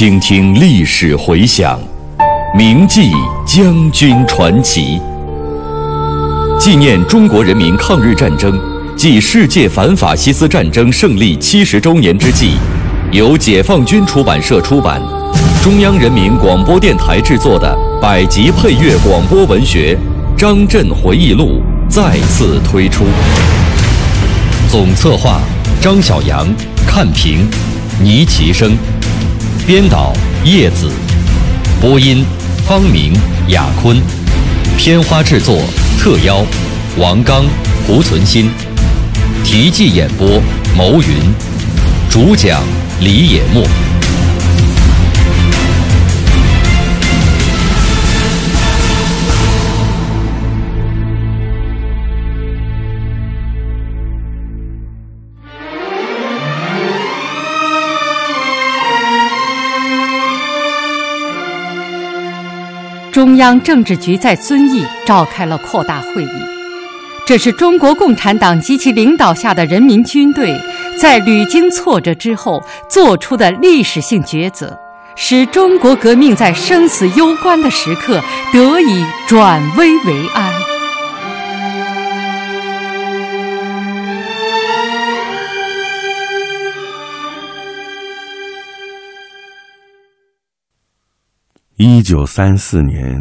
倾听历史回响，铭记将军传奇。纪念中国人民抗日战争暨世界反法西斯战争胜利70周年之际，由解放军出版社出版，中央人民广播电台制作的100集配乐广播文学《张震回忆录》再次推出。总策划张晓阳、看评倪其生，编导叶子，播音方明、雅坤，片花制作特邀王刚、胡存新，题记演播牟云，主讲李野墨。 中央政治局在遵义召开了扩大会议，这是中国共产党及其领导下的人民军队在屡经挫折之后做出的历史性抉择，使中国革命在生死攸关的时刻得以转危为安。 1934年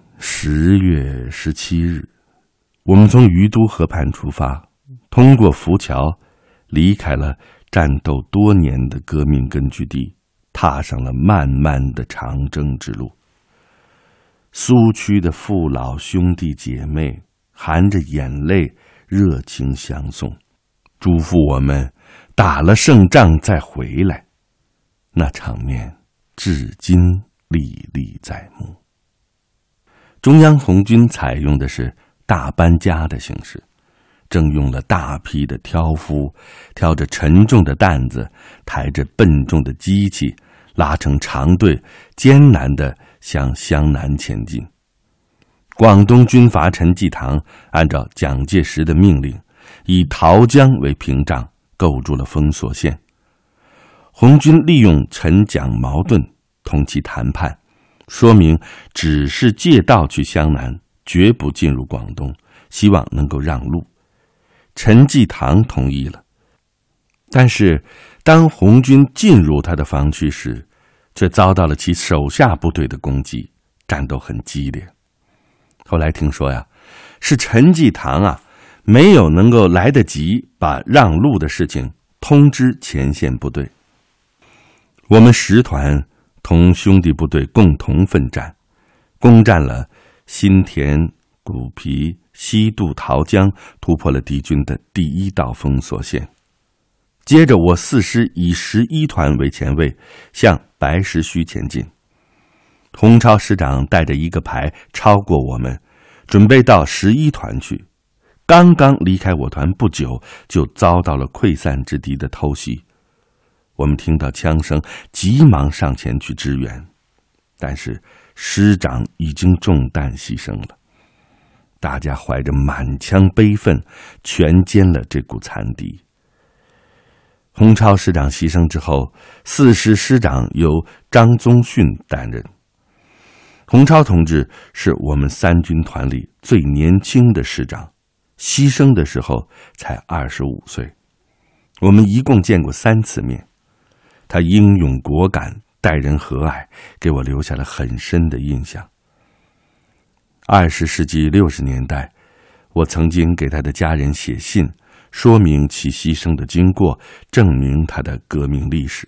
10月17日，我们从于都河畔出发，通过浮桥，离开了战斗多年的革命根据地，踏上了漫漫的长征之路。苏区的父老兄弟姐妹含着眼泪热情相送，嘱咐我们打了胜仗再回来，那场面至今历历在目。中央红军采用的是大搬家的形式，征用了大批的挑夫，挑着沉重的担子，抬着笨重的机器，拉成长队，艰难地向湘南前进。广东军阀陈济棠按照蒋介石的命令，以桃江为屏障，构筑了封锁线。红军利用陈蒋矛盾同其谈判，说明只是借道去湘南，绝不进入广东，希望能够让路。陈济棠同意了，但是当红军进入他的防区时，却遭到了其手下部队的攻击，战斗很激烈。后来听说是陈济棠没有能够来得及把让路的事情通知前线部队。我们10团同兄弟部队共同奋战，攻占了新田、古皮、西渡桃江，突破了敌军的第1道封锁线。接着我4师以11团为前卫，向白石墟前进。洪超师长带着1个排超过我们，准备到11团去。刚刚离开我团不久，就遭到了溃散之敌的偷袭。我们听到枪声，急忙上前去支援，但是师长已经中弹牺牲了。大家怀着满腔悲愤，全歼了这股残敌。洪超师长牺牲之后，4师师长由张宗逊担任。洪超同志是我们3军团里最年轻的师长，牺牲的时候才25岁。我们一共见过3次面，他英勇果敢，待人和蔼，给我留下了很深的印象。20世纪60年代，我曾经给他的家人写信，说明其牺牲的经过，证明他的革命历史。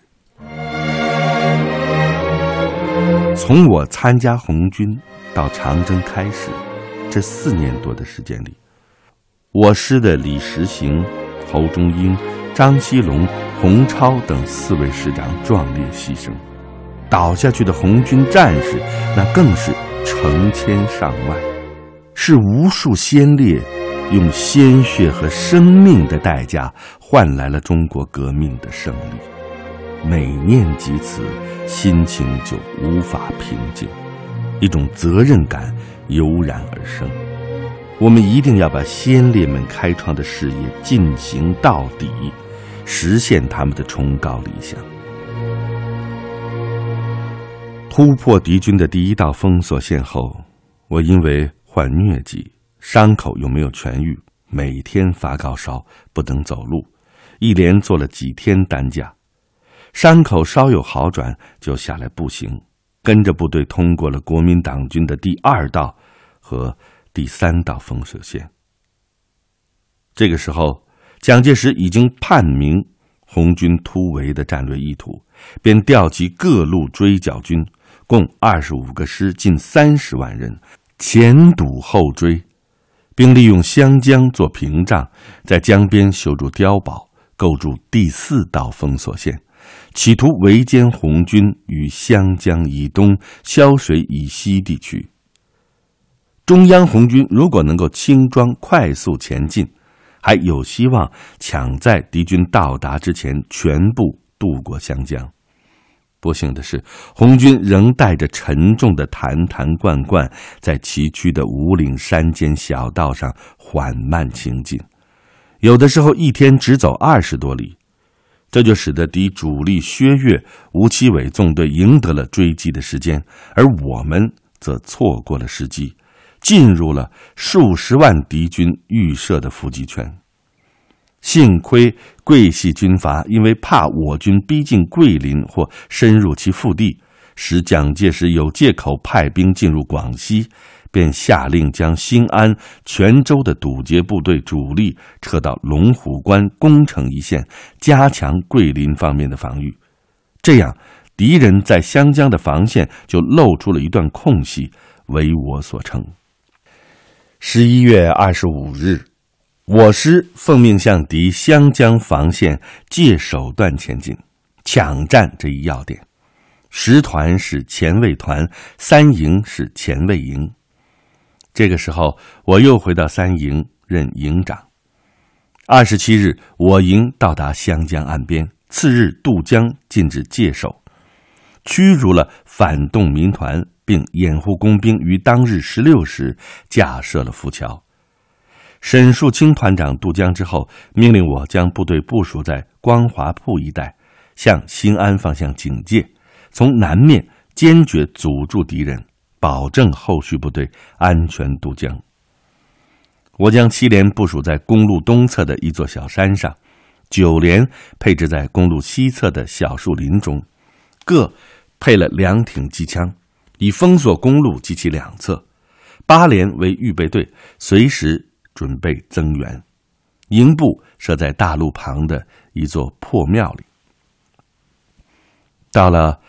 从我参加红军到长征开始，这4年多的时间里，我师的李实行、侯忠英、张锡龙、洪超等4位师长壮烈牺牲，倒下去的红军战士那更是成千上万，是无数先烈用鲜血和生命的代价换来了中国革命的胜利。每念及此，心情就无法平静，一种责任感油然而生。我们一定要把先烈们开创的事业进行到底，实现他们的崇高理想。 突破敌军的第一道封锁线后，我因为患疟疾，伤口又没有痊愈，每天发高烧，不能走路，一连做了几天担架。伤口稍有好转，就下来步行，跟着部队通过了国民党军的第2道和第3道封锁线。这个时候，蒋介石已经判明红军突围的战略意图，便调集各路追剿军，共25个师，近30万人，前堵后追，并利用湘江做屏障，在江边修筑碉堡，构筑第4道封锁线，企图围歼红军于湘江以东、萧水以西地区。中央红军如果能够轻装快速前进，还有希望抢在敌军到达之前全部渡过湘江。不幸的是，红军仍带着沉重的坛坛罐罐，在崎岖的五岭山间小道上缓慢行进，有的时候一天只走20多里。这就使得敌主力薛岳、吴奇伟纵队赢得了追击的时间，而我们则错过了时机，进入了数十万敌军预设的伏击圈。幸亏桂系军阀因为怕我军逼近桂林或深入其腹地，使蒋介石有借口派兵进入广西，便下令将新安、泉州的堵截部队主力撤到龙虎关、攻城一线，加强桂林方面的防御。这样，敌人在湘江的防线就露出了一段空隙，为我所乘。11月25日，我师奉命向敌湘江防线借手段前进，抢占这一要点。10团是前卫团，3营是前卫营。这个时候，我又回到3营任营长。27日，我营到达湘江岸边，次日渡江进至界首，驱逐了反动民团，并掩护工兵于当日16时架设了浮桥。沈树清团长渡江之后，命令我将部队部署在光华铺一带，向新安方向警戒，从南面坚决阻住敌人，保证后续部队安全渡江。我将7连部署在公路东侧的一座小山上，9连配置在公路西侧的小树林中，各配了2挺机枪，以封锁公路及其两侧。8连为预备队，随时准备增援。营部设在大路旁的一座破庙里。到了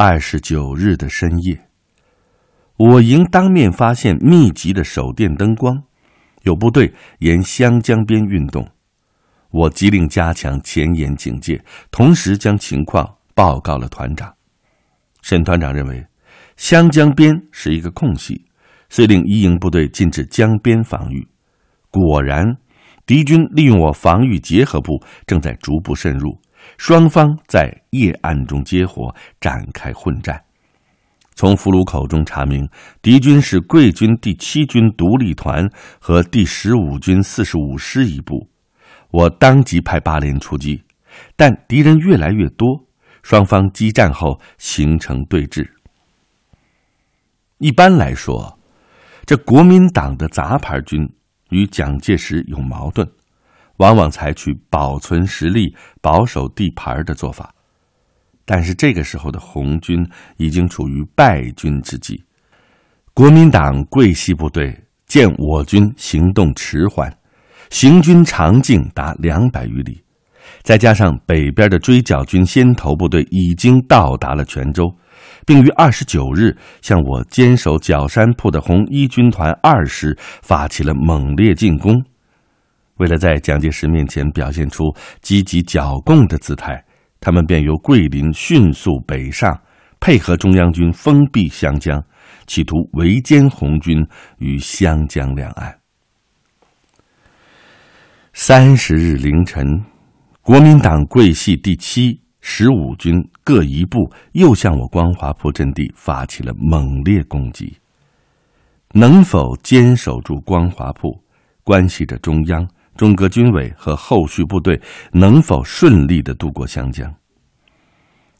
29日的深夜，我营当面发现密集的手电灯光，有部队沿湘江边运动。我急令加强前沿警戒，同时将情况报告了团长。沈团长认为湘江边是一个空隙，遂令一营部队进至江边防御。果然，敌军利用我防御结合部正在逐步渗入，双方在夜暗中接火，展开混战。从俘虏口中查明，敌军是桂军第7军独立团和第15军45师一部。我当即派8连出击，但敌人越来越多，双方激战后形成对峙。一般来说，这国民党的杂牌军与蒋介石有矛盾，往往采取保存实力、保守地盘的做法。但是这个时候的红军已经处于败军之际，国民党桂系部队见我军行动迟缓，行军长径达200余里，再加上北边的追剿军先头部队已经到达了泉州，并于29日向我坚守角山铺的红一军团2师发起了猛烈进攻。为了在蒋介石面前表现出积极剿共的姿态，他们便由桂林迅速北上，配合中央军封闭湘江，企图围歼红军于湘江两岸。30日凌晨，国民党桂系第7、15军各一部又向我光华铺阵地发起了猛烈攻击。能否坚守住光华铺，关系着中央、中革军委和后续部队能否顺利地渡过湘江。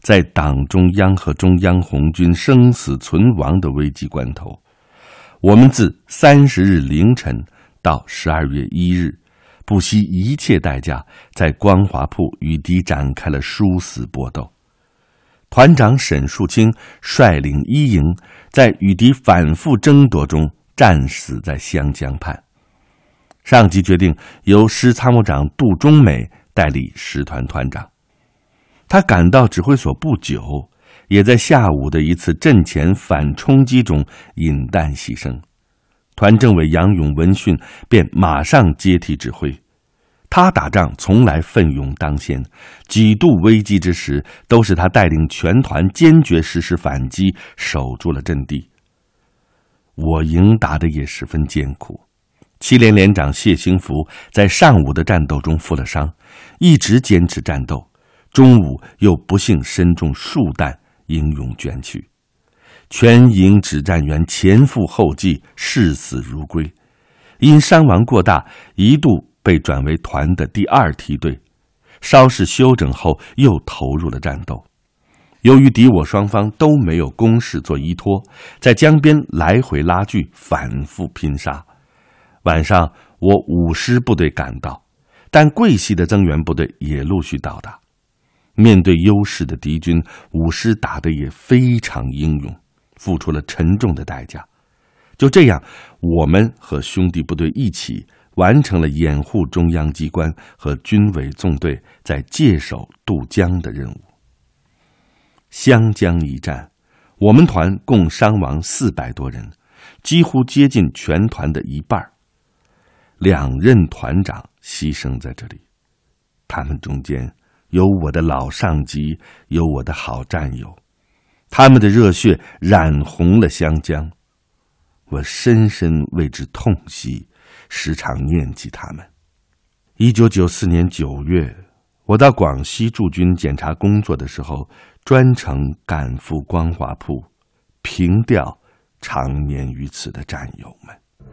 在党中央和中央红军生死存亡的危急关头，我们自30日凌晨到12月1日，不惜一切代价，在光华铺与敌展开了殊死搏斗。团长沈树清率领一营，在与敌反复争夺中战死在湘江畔。上级决定由师参谋长杜忠美代理师团团长。他赶到指挥所不久，也在下午的一次阵前反冲击中饮弹牺牲。团政委杨勇闻讯便马上接替指挥。他打仗从来奋勇当先，几度危机之时，都是他带领全团坚决实施反击，守住了阵地。我营打得也十分艰苦。7连连长谢兴福在上午的战斗中负了伤，一直坚持战斗，中午又不幸身中数弹，英勇捐躯。全营指战员前赴后继，视死如归。因伤亡过大，一度被转为团的第2梯队，稍事休整后又投入了战斗。由于敌我双方都没有工事做依托，在江边来回拉锯，反复拼杀。晚上我5师部队赶到，但桂系的增援部队也陆续到达。面对优势的敌军，5师打得也非常英勇，付出了沉重的代价。就这样，我们和兄弟部队一起完成了掩护中央机关和军委纵队在界首渡江的任务。湘江一战，我们团共伤亡400多人，几乎接近全团的一半。2任团长牺牲在这里，他们中间有我的老上级，有我的好战友，他们的热血染红了湘江，我深深为之痛惜，时常念及他们。1994年9月，我到广西驻军检查工作的时候，专程赶赴光华铺，凭吊长眠于此的战友们。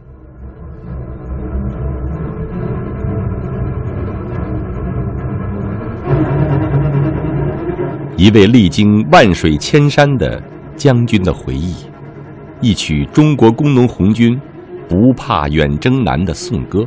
一位历经万水千山的将军的回忆，一曲中国工农红军不怕远征难的颂歌。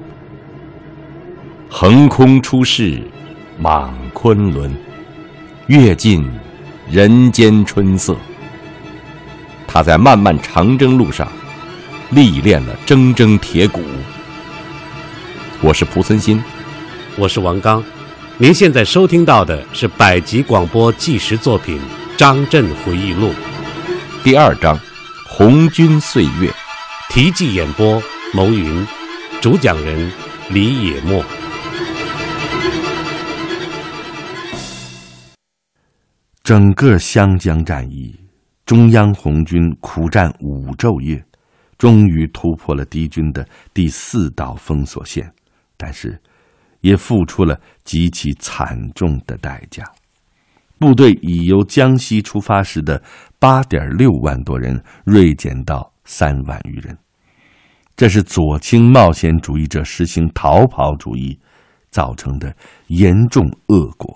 横空出世莽昆仑，阅尽人间春色。他在漫漫长征路上历练了铮铮铁骨。我是蒲存昕， 我是王刚。您现在收听到的是百集广播纪实作品《张震回忆录》 第2章《红军岁月》， 题记演播牟云，主讲人李野墨。 整个湘江战役，中央红军苦战5昼夜，终于突破了敌军的第4道封锁线，但是也付出了极其惨重的代价。部队已由江西出发时的8.6万多人锐减到3万余人，这是左倾冒险主义者实行逃跑主义造成的严重恶果。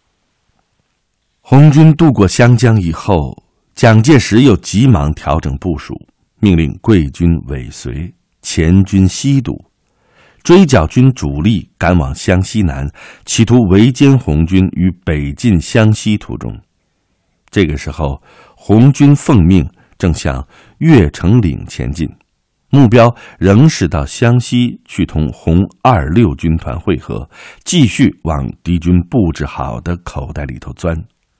红军渡过湘江以后，蒋介石又急忙调整部署，命令桂军尾随，黔军西渡，追剿军主力赶往湘西南，企图围歼红军于北进湘西途中。这个时候，红军奉命正向越城岭前进，目标仍是到湘西去同红26军团会合，继续往敌军布置好的口袋里头钻。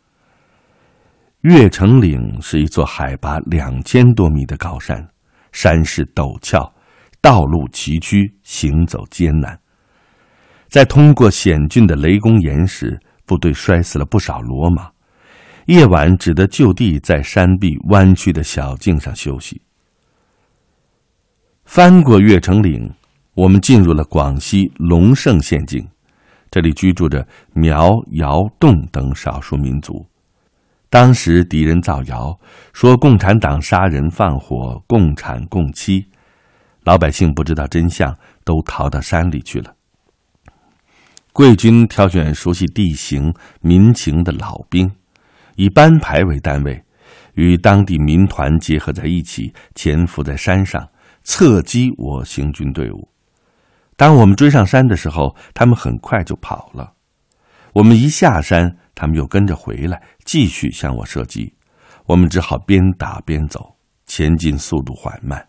越城岭是一座海拔2000多米的高山，山势陡峭，道路崎岖，行走艰难。在通过险峻的雷公岩时，部队摔死了不少骡马，夜晚只得就地在山壁弯曲的小径上休息。翻过越城岭，我们进入了广西龙胜县境，这里居住着苗、瑶、侗等少数民族。当时敌人造谣说共产党杀人放火，共产共妻，老百姓不知道真相，都逃到山里去了。桂军挑选熟悉地形民情的老兵， 以班排为单位，与当地民团结合在一起，潜伏在山上，侧击我行军队伍。当我们追上山的时候，他们很快就跑了。我们一下山，他们又跟着回来，继续向我射击。我们只好边打边走，前进速度缓慢。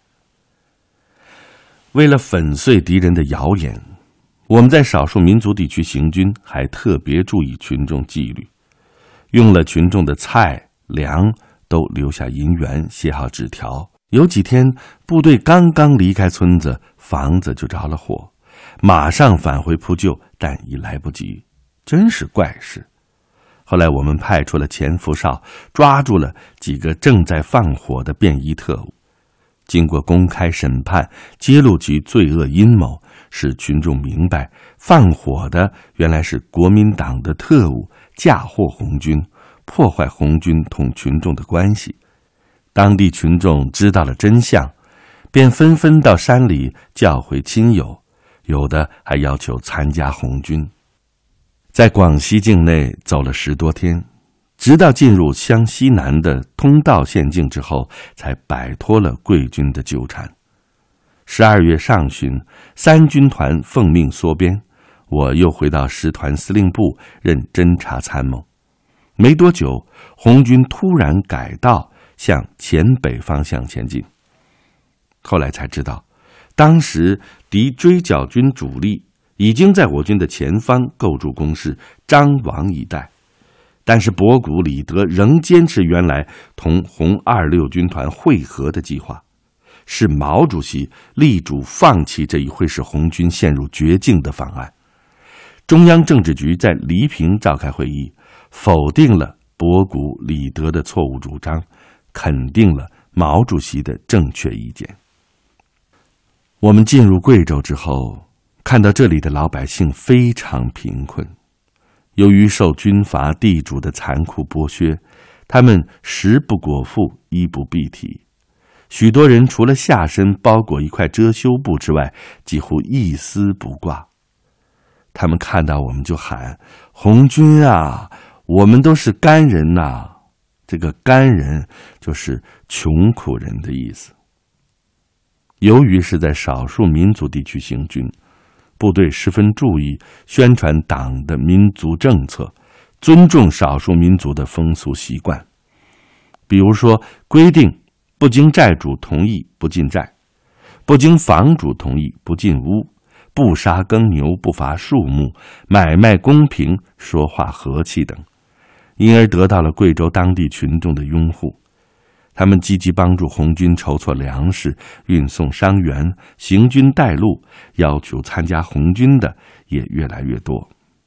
为了粉碎敌人的谣言，我们在少数民族地区行军还特别注意群众纪律，用了群众的菜粮，都留下银元，写好纸条。有几天部队刚刚离开村子，房子就着了火，马上返回扑救，但已来不及，真是怪事。后来我们派出了潜伏哨，抓住了几个正在放火的便衣特务。经过公开审判，揭露其罪恶阴谋，使群众明白放火的原来是国民党的特务，嫁祸红军，破坏红军同群众的关系。当地群众知道了真相，便纷纷到山里叫回亲友，有的还要求参加红军。在广西境内走了10多天，直到进入湘西南的通道县境之后，才摆脱了贵军的纠缠。12月上旬，3军团奉命缩编，我又回到师团司令部任侦察参谋。没多久，红军突然改道向黔北方向前进。后来才知道，当时敌追剿军主力已经在我军的前方构筑工事，张王一带。但是博古、李德仍坚持原来同红26军团会合的计划，是毛主席力主放弃这一会使红军陷入绝境的方案。中央政治局在黎平召开会议，否定了博古、李德的错误主张，肯定了毛主席的正确意见。我们进入贵州之后，看到这里的老百姓非常贫困，由于受军阀地主的残酷剥削，他们食不果腹，衣不蔽体，许多人除了下身包裹一块遮羞布之外，几乎一丝不挂。他们看到我们就喊：红军啊，我们都是干人呐！这个干人就是穷苦人的意思。由于是在少数民族地区行军，部队十分注意宣传党的民族政策，尊重少数民族的风俗习惯。比如说，规定不经债主同意不进寨，不经房主同意不进屋，不杀耕牛，不伐树木，买卖公平，说话和气等，因而得到了贵州当地群众的拥护。他们积极帮助红军筹措粮食，运送伤员，行军带路，要求参加红军的也越来越多。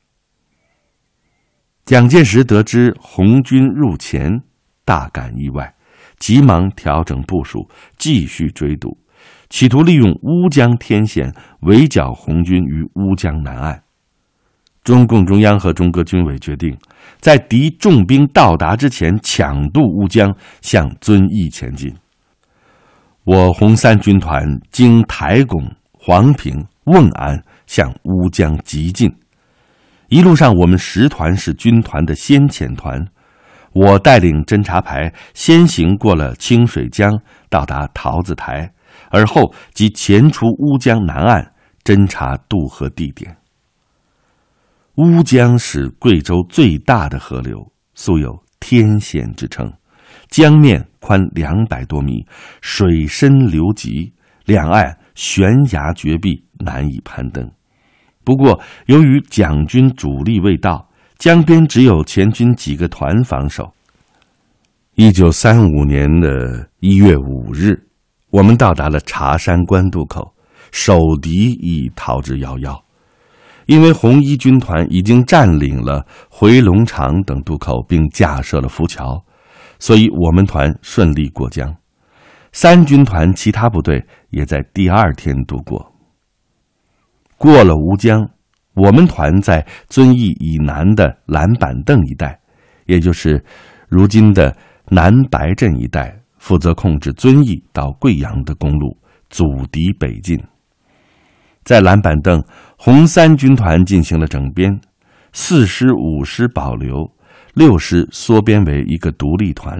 蒋介石得知红军入黔，大感意外，急忙调整部署，继续追堵，企图利用乌江天险围剿红军于乌江南岸。中共中央和中革军委决定，在敌重兵到达之前抢渡乌江，向遵义前进。我红3军团经台拱、黄平、瓮安向乌江急进。一路上，我们10团是军团的先遣团，我带领侦察排先行过了清水江，到达桃子台，而后即潜出乌江南岸，侦察渡河地点。乌江是贵州最大的河流，素有天险之称，江面宽200多米，水深流急，两岸悬崖绝壁，难以攀登。不过由于蒋军主力未到，江边只有前军几个团防守。1935年的1月5日，我们到达了茶山关渡口，守敌已逃之夭夭。因为红1军团已经占领了回龙场等渡口，并架设了浮桥，所以我们团顺利过江。3军团其他部队也在第2天渡过。过了乌江，我们团在遵义以南的蓝板凳一带，也就是如今的南白镇一带，负责控制遵义到贵阳的公路，阻敌北进。在蓝板凳，红3军团进行了整编，4师、5师保留， 6师缩编为一个独立团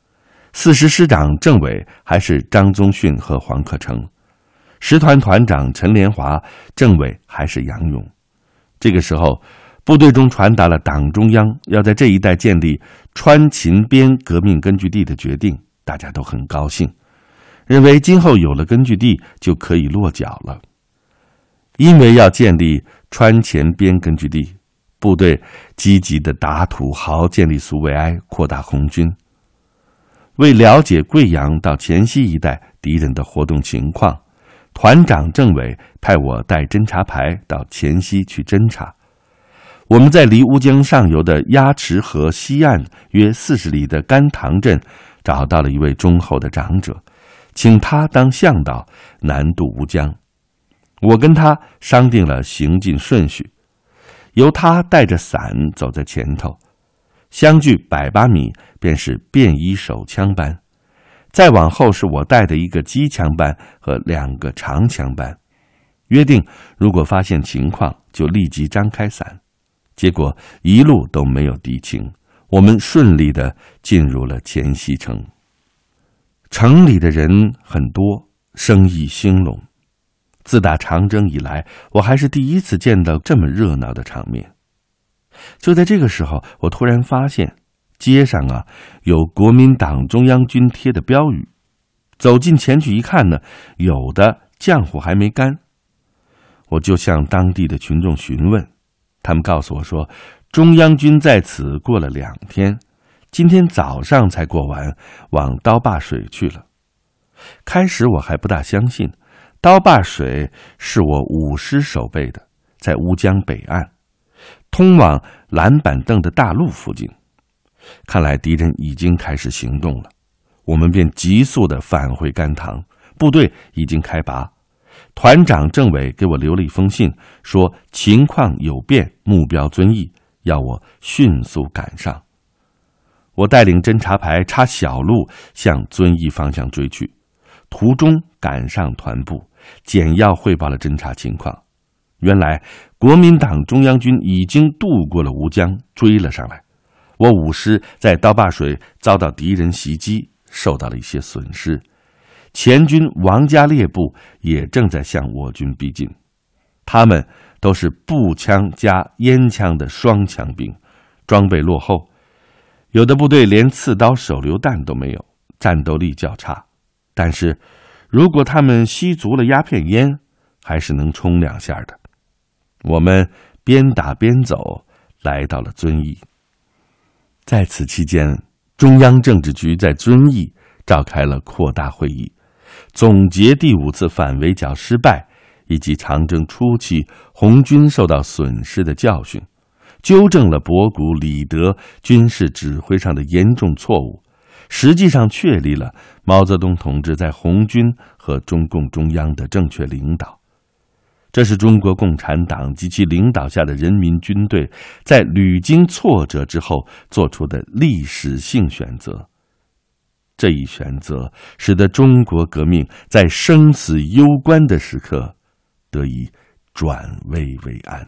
，4师师长政委还是张宗逊和黄克诚，10团团长陈连华，政委还是杨勇。这个时候，部队中传达了党中央要在这一带建立川秦边革命根据地的决定，大家都很高兴，认为今后有了根据地就可以落脚了。因为要建立川黔边根据地，部队积极地打土豪，建立苏维埃，扩大红军。为了解贵阳到黔西一带敌人的活动情况，团长政委派我带侦察排到黔西去侦察。我们在离乌江上游的鸭池河西岸约40里的甘塘镇找到了一位忠厚的长者，请他当向导南渡乌江。我跟他商定了行进顺序，由他带着伞走在前头，相距180米便是便衣手枪班，再往后是我带的一个机枪班和2个长枪班，约定如果发现情况就立即张开伞。结果一路都没有敌情，我们顺利地进入了黔西城。城里的人很多，生意兴隆。自打长征以来，我还是第一次见到这么热闹的场面。就在这个时候，我突然发现街上有国民党中央军贴的标语。走近前去一看呢，有的浆糊还没干。我就向当地的群众询问，他们告诉我说，中央军在此过了2天，今天早上才过完，往刀坝水去了。开始我还不大相信，刀坝水是我5师守备的，在乌江北岸，通往蓝板凳的大路附近。看来敌人已经开始行动了，我们便急速地返回甘塘，部队已经开拔。团长政委给我留了一封信，说情况有变，目标遵义，要我迅速赶上。我带领侦察排插小路向遵义方向追去，途中赶上团部，简要汇报了侦察情况。原来国民党中央军已经渡过了乌江，追了上来。我5师在刀坝水遭到敌人袭击，受到了一些损失。前军王家烈部也正在向我军逼近，他们都是步枪加烟枪的双枪兵，装备落后，有的部队连刺刀手榴弹都没有，战斗力较差。但是如果他们吸足了鸦片烟，还是能冲2下的。我们边打边走，来到了遵义。在此期间，中央政治局在遵义召开了扩大会议，总结第5次反围剿失败以及长征初期红军受到损失的教训，纠正了博古、李德军事指挥上的严重错误，实际上确立了毛泽东同志在红军和中共中央的正确领导。这是中国共产党及其领导下的人民军队在屡经挫折之后做出的历史性选择。这一选择使得中国革命在生死攸关的时刻得以转危为安。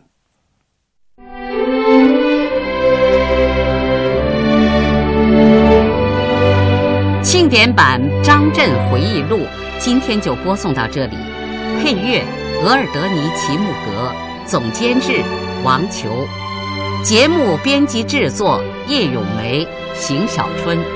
庆典版张震回忆录今天就播送到这里，配乐额尔德尼·齐木格，总监制王球，节目编辑制作叶咏梅、邢小春。